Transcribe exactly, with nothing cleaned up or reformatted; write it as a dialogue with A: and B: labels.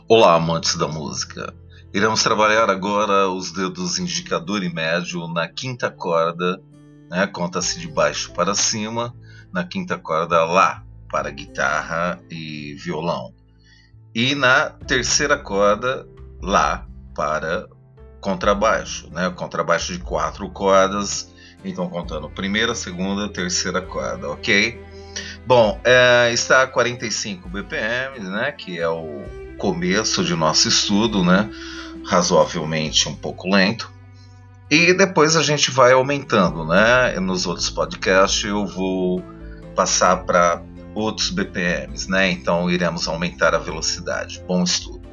A: Olá, amantes da música. Iremos trabalhar agora os dedos indicador e médio na quinta corda, né? Conta-se de baixo para cima, na quinta corda Lá, para guitarra e violão. E na terceira corda Lá, para contrabaixo, né? Contrabaixo de quatro cordas, então contando primeira, segunda, terceira corda, ok? Bom, é, está a quarenta e cinco B P M, né? Que é o começo de nosso estudo, né? Razoavelmente um pouco lento. E depois a gente vai aumentando, né? Nos outros podcasts eu vou passar para outros B P Ms, né? Então iremos aumentar a velocidade. Bom estudo.